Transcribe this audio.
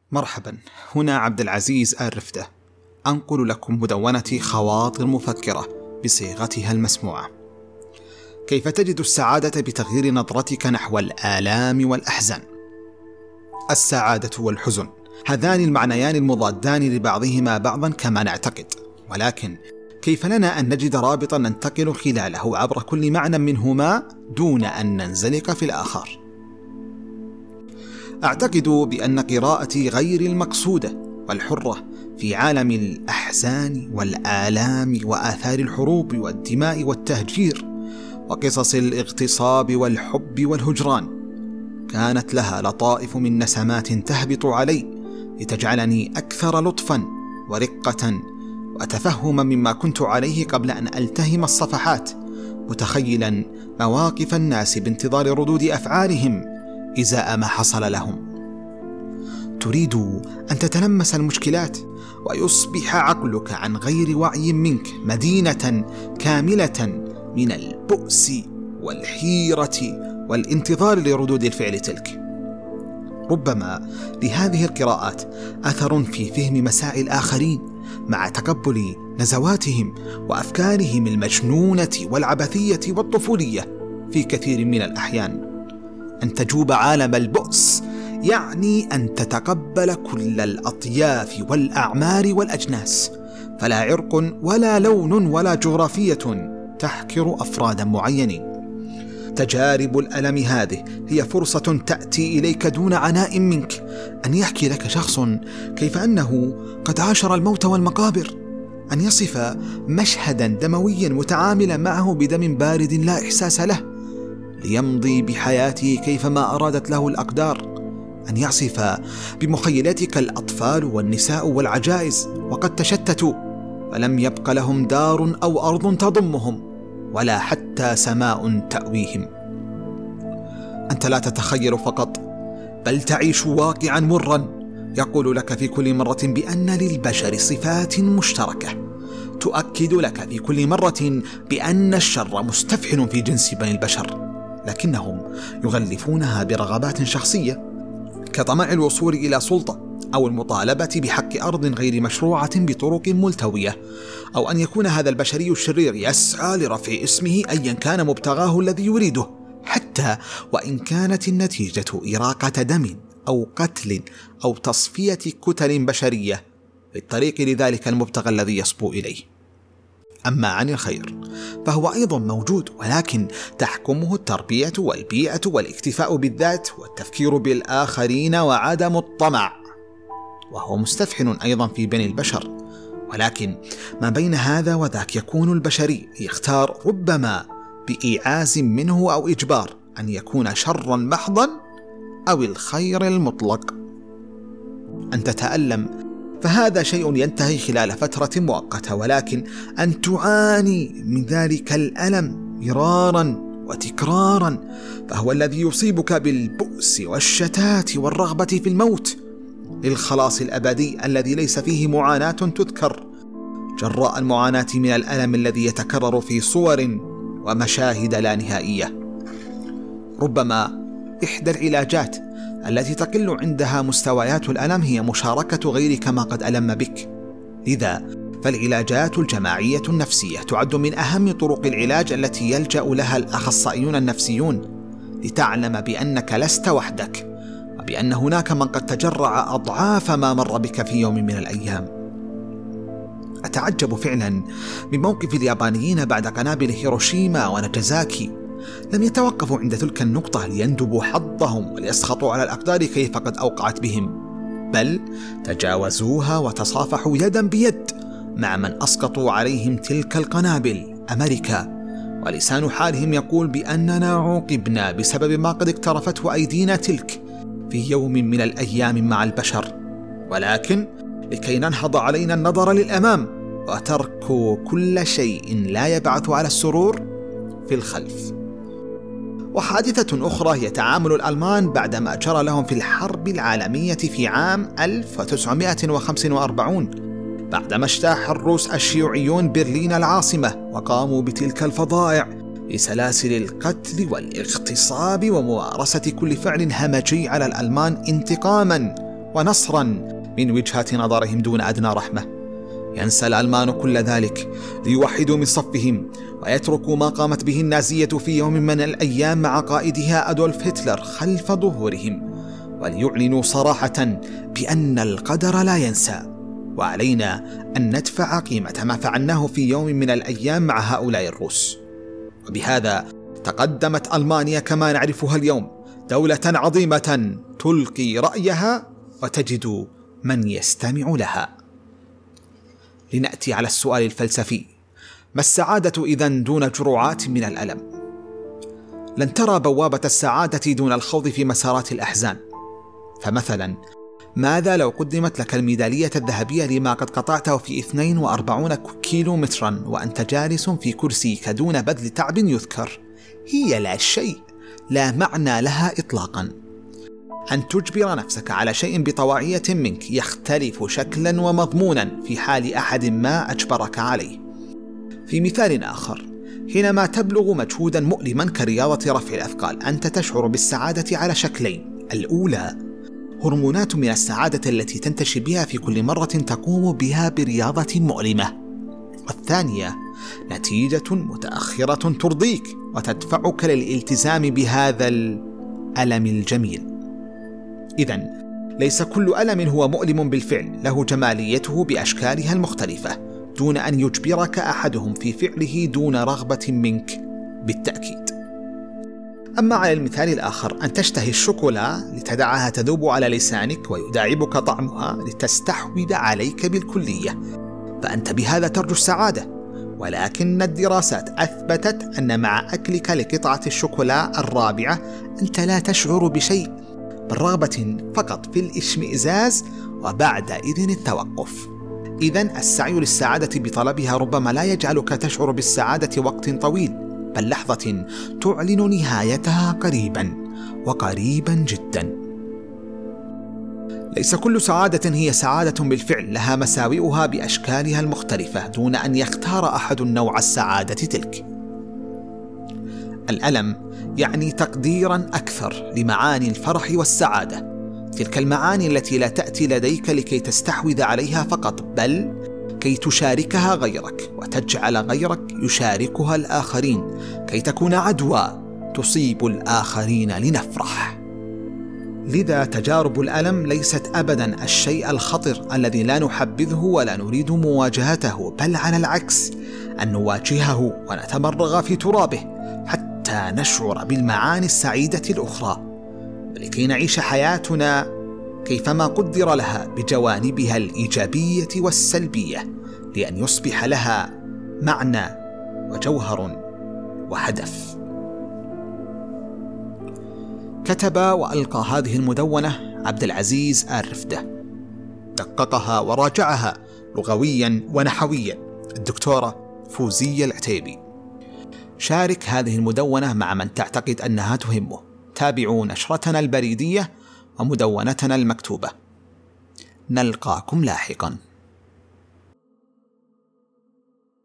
مرحبا، هنا عبد العزيز آل رفدة، أنقل لكم مدونتي خواطر مفكرة بصيغتها المسموعة. كيف تجد السعادة بتغيير نظرتك نحو الآلام والأحزان؟ السعادة والحزن هذان المعنيان المضادان لبعضهما بعضا كما نعتقد، ولكن كيف لنا أن نجد رابطا ننتقل خلاله عبر كل معنى منهما دون أن ننزلق في الآخر؟ أعتقد بأن قراءتي غير المقصودة والحرة في عالم الأحزان والآلام وآثار الحروب والدماء والتهجير وقصص الاغتصاب والحب والهجران كانت لها لطائف من نسمات تهبط علي لتجعلني أكثر لطفا ورقة وتفهما مما كنت عليه قبل أن ألتهم الصفحات، متخيلا مواقف الناس بانتظار ردود أفعالهم إزاء ما حصل لهم. تريد أن تتلمس المشكلات ويصبح عقلك عن غير وعي منك مدينة كاملة من البؤس والحيرة والانتظار لردود الفعل تلك. ربما لهذه القراءات أثر في فهم مساعي الآخرين مع تقبل نزواتهم وأفكارهم المجنونة والعبثية والطفولية في كثير من الأحيان. أن تجوب عالم البؤس يعني أن تتقبل كل الأطياف والأعمار والأجناس، فلا عرق ولا لون ولا جغرافية تحكر أفرادا معينين. تجارب الألم هذه هي فرصة تأتي إليك دون عناء منك، أن يحكي لك شخص كيف أنه قد عاشر الموت والمقابر، أن يصف مشهدا دمويا متعاملا معه بدم بارد لا إحساس له، ليمضي بحياته كيفما أرادت له الأقدار، أن يصف بمخيلتك الأطفال والنساء والعجائز وقد تشتتوا فلم يبق لهم دار أو أرض تضمهم ولا حتى سماء تأويهم. أنت لا تتخيل فقط، بل تعيش واقعا مرا يقول لك في كل مرة بأن للبشر صفات مشتركة، تؤكد لك في كل مرة بأن الشر مستفحل في جنس بني البشر، لكنهم يغلفونها برغبات شخصية كطمع الوصول إلى سلطة أو المطالبة بحق أرض غير مشروعة بطرق ملتوية، أو أن يكون هذا البشري الشرير يسعى لرفع اسمه أيا كان مبتغاه الذي يريده، حتى وإن كانت النتيجة إراقة دم أو قتل أو تصفية كتل بشرية في الطريق لذلك المبتغى الذي يصبو إليه. أما عن الخير فهو أيضا موجود، ولكن تحكمه التربية والبيئة والاكتفاء بالذات والتفكير بالآخرين وعدم الطمع، وهو مستفحل أيضا في بني البشر. ولكن ما بين هذا وذاك يكون البشري يختار ربما بإيعاز منه أو إجبار أن يكون شرا محضا أو الخير المطلق. أن تتألم فهذا شيء ينتهي خلال فترة مؤقتة، ولكن أن تعاني من ذلك الألم مرارا وتكرارا فهو الذي يصيبك بالبؤس والشتات والرغبة في الموت للخلاص الأبدي الذي ليس فيه معاناة تذكر، جراء المعاناة من الألم الذي يتكرر في صور ومشاهد لا نهائية. ربما إحدى العلاجات التي تقل عندها مستويات الألم هي مشاركة غيرك ما قد ألم بك، لذا فالعلاجات الجماعية النفسية تعد من أهم طرق العلاج التي يلجأ لها الأخصائيون النفسيون، لتعلم بأنك لست وحدك وبأن هناك من قد تجرع أضعاف ما مر بك في يوم من الأيام. أتعجب فعلا من موقف اليابانيين بعد قنابل هيروشيما وناجازاكي، لم يتوقفوا عند تلك النقطة ليندبوا حظهم وليسخطوا على الأقدار كيف قد أوقعت بهم، بل تجاوزوها وتصافحوا يدا بيد مع من أسقطوا عليهم تلك القنابل، أمريكا، ولسان حالهم يقول بأننا عوقبنا بسبب ما قد اقترفته أيدينا تلك في يوم من الأيام مع البشر، ولكن لكي ننهض علينا النظر للأمام وترك كل شيء لا يبعث على السرور في الخلف. وحادثة أخرى هي تعامل الألمان بعدما جرى لهم في الحرب العالمية في عام 1945 بعدما اجتاح الروس الشيوعيون برلين العاصمة وقاموا بتلك الفظائع بسلاسل القتل والاغتصاب وممارسة كل فعل همجي على الألمان انتقاما ونصرا من وجهة نظرهم دون أدنى رحمة. ينسى الألمان كل ذلك ليوحدوا من صفهم ويتركوا ما قامت به النازية في يوم من الأيام مع قائدها أدولف هتلر خلف ظهورهم، وليعلنوا صراحة بأن القدر لا ينسى، وعلينا أن ندفع قيمة ما فعلناه في يوم من الأيام مع هؤلاء الروس. وبهذا تقدمت ألمانيا كما نعرفها اليوم دولة عظيمة تلقي رأيها وتجد من يستمع لها. لنأتي على السؤال الفلسفي: ما السعادة إذن دون جرعات من الألم؟ لن ترى بوابة السعادة دون الخوض في مسارات الأحزان. فمثلا، ماذا لو قدمت لك الميدالية الذهبية لما قد قطعته في 42 كيلومترا وأنت جالس في كرسيك دون بذل تعب يذكر؟ هي لا شيء، لا معنى لها إطلاقا. أن تجبر نفسك على شيء بطواعية منك يختلف شكلا ومضمونا في حال أحد ما أجبرك عليه. في مثال آخر، حينما تبلغ مجهودا مؤلما كرياضة رفع الأثقال أنت تشعر بالسعادة على شكلين: الأولى هرمونات من السعادة التي تنتشي بها في كل مرة تقوم بها برياضة مؤلمة، والثانية نتيجة متأخرة ترضيك وتدفعك للالتزام بهذا الألم الجميل. إذن ليس كل ألم هو مؤلم بالفعل، له جماليته بأشكالها المختلفة دون أن يجبرك أحدهم في فعله دون رغبة منك بالتأكيد. أما على المثال الآخر، أن تشتهي الشوكولا لتدعها تذوب على لسانك ويداعبك طعمها لتستحوذ عليك بالكلية، فأنت بهذا ترجو السعادة. ولكن الدراسات أثبتت أن مع أكلك لقطعة الشوكولا الرابعة أنت لا تشعر بشيء، بالرغبة فقط في الاشمئزاز وبعد إذن التوقف. إذن السعي للسعادة بطلبها ربما لا يجعلك تشعر بالسعادة وقت طويل، بل لحظة تعلن نهايتها قريبا وقريبا جدا. ليس كل سعادة هي سعادة بالفعل، لها مساوئها بأشكالها المختلفة دون أن يختار أحد نوع السعادة تلك. الألم يعني تقديرا أكثر لمعاني الفرح والسعادة، تلك المعاني التي لا تأتي لديك لكي تستحوذ عليها فقط، بل كي تشاركها غيرك وتجعل غيرك يشاركها الآخرين، كي تكون عدوى تصيب الآخرين لنفرح. لذا تجارب الألم ليست أبدا الشيء الخطر الذي لا نحبذه ولا نريد مواجهته، بل على العكس، أن نواجهه ونتمرغ في ترابه حتى نشعر بالمعاني السعيدة الأخرى، ولكي نعيش حياتنا كيفما قدر لها بجوانبها الإيجابية والسلبية، لأن يصبح لها معنى وجوهر وهدف. كتب وألقى هذه المدونة عبد العزيز آل رفدة، دققها وراجعها لغويا ونحويا الدكتورة فوزية العتيبي. شارك هذه المدونة مع من تعتقد أنها تهمه. تابعوا نشرتنا البريدية ومدونتنا المكتوبة. نلقاكم لاحقا.